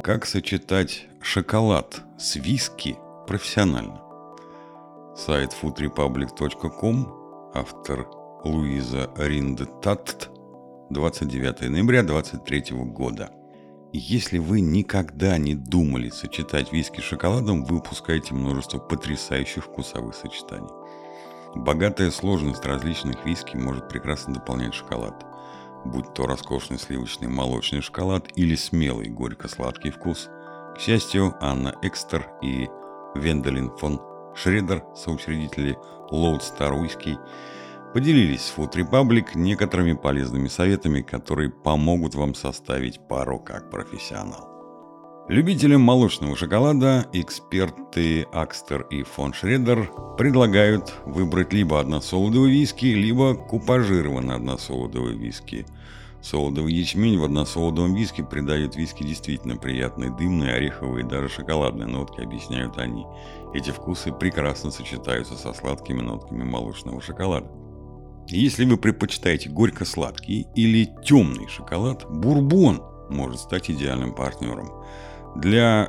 Как сочетать шоколад с виски профессионально? Сайт foodrepublic.com, автор Луиза Риндтат, 29 ноября 2023 года. Если вы никогда не думали сочетать виски с шоколадом, вы упускаете множество потрясающих вкусовых сочетаний. Богатая сложность различных виски может прекрасно дополнять шоколад. Будь то роскошный сливочный молочный шоколад или смелый горько-сладкий вкус. К счастью, Анна Экстер и Венделин фон Шредер, соучредители Lodestar Whisky, поделились с Food Republic некоторыми полезными советами, которые помогут вам составить пару как профессионал. Любителям молочного шоколада эксперты Акстер и фон Шредер предлагают выбрать либо односолодовый виски, либо купажированный односолодовый виски. Солодовый ячмень в односолодовом виски придает виски действительно приятные дымные, ореховые и даже шоколадные нотки, объясняют они. Эти вкусы прекрасно сочетаются со сладкими нотками молочного шоколада. Если вы предпочитаете горько-сладкий или темный шоколад, бурбон может стать идеальным партнером. Для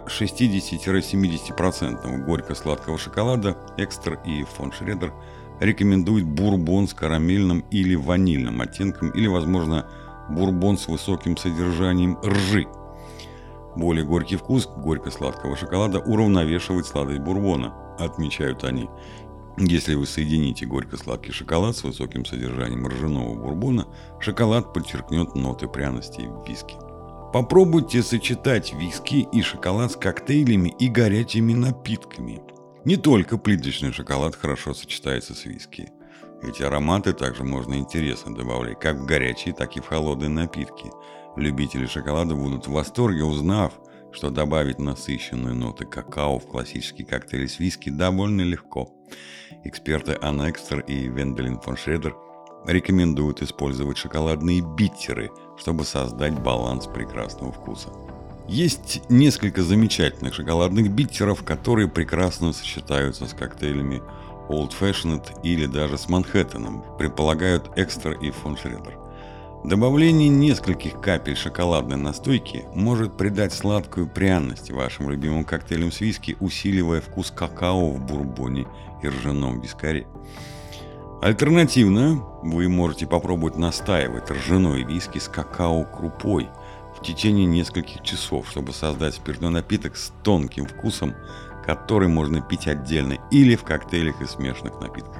60-70% горько-сладкого шоколада Экстер и фон Шредер рекомендуют бурбон с карамельным или ванильным оттенком или, возможно, бурбон с высоким содержанием ржи. Более горький вкус горько-сладкого шоколада уравновешивает сладость бурбона, отмечают они. Если вы соедините горько-сладкий шоколад с высоким содержанием ржаного бурбона, шоколад подчеркнет ноты пряностей в виски. Попробуйте сочетать виски и шоколад с коктейлями и горячими напитками. Не только плиточный шоколад хорошо сочетается с виски. Эти ароматы также можно интересно добавлять как в горячие, так и в холодные напитки. Любители шоколада будут в восторге, узнав, что добавить насыщенные ноты какао в классический коктейль с виски довольно легко. Эксперты Анна Экстер и Венделин фон Шредер рекомендуют использовать шоколадные биттеры, чтобы создать баланс прекрасного вкуса. Есть несколько замечательных шоколадных биттеров, которые прекрасно сочетаются с коктейлями Old Fashioned или даже с Манхэттеном, предполагают Экстер и фон Шредер. Добавление нескольких капель шоколадной настойки может придать сладкую пряность вашим любимым коктейлям с виски, усиливая вкус какао в бурбоне и ржаном вискаре. Альтернативно, вы можете попробовать настаивать ржаной виски с какао-крупой в течение нескольких часов, чтобы создать спиртной напиток с тонким вкусом, который можно пить отдельно или в коктейлях и смешанных напитках.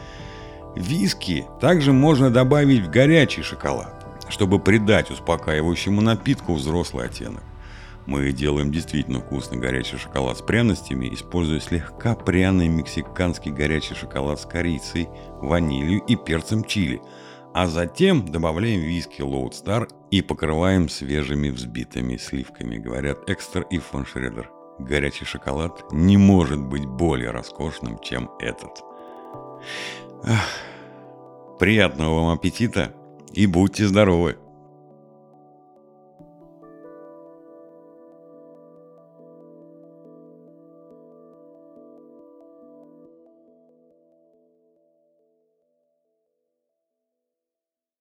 Виски также можно добавить в горячий шоколад, чтобы придать успокаивающему напитку взрослый оттенок. Мы делаем действительно вкусный горячий шоколад с пряностями, используя слегка пряный мексиканский горячий шоколад с корицей, ванилью и перцем чили, а затем добавляем виски Lodestar и покрываем свежими взбитыми сливками, говорят Экстер и фон Шредер. Горячий шоколад не может быть более роскошным, чем этот. Приятного вам аппетита и будьте здоровы!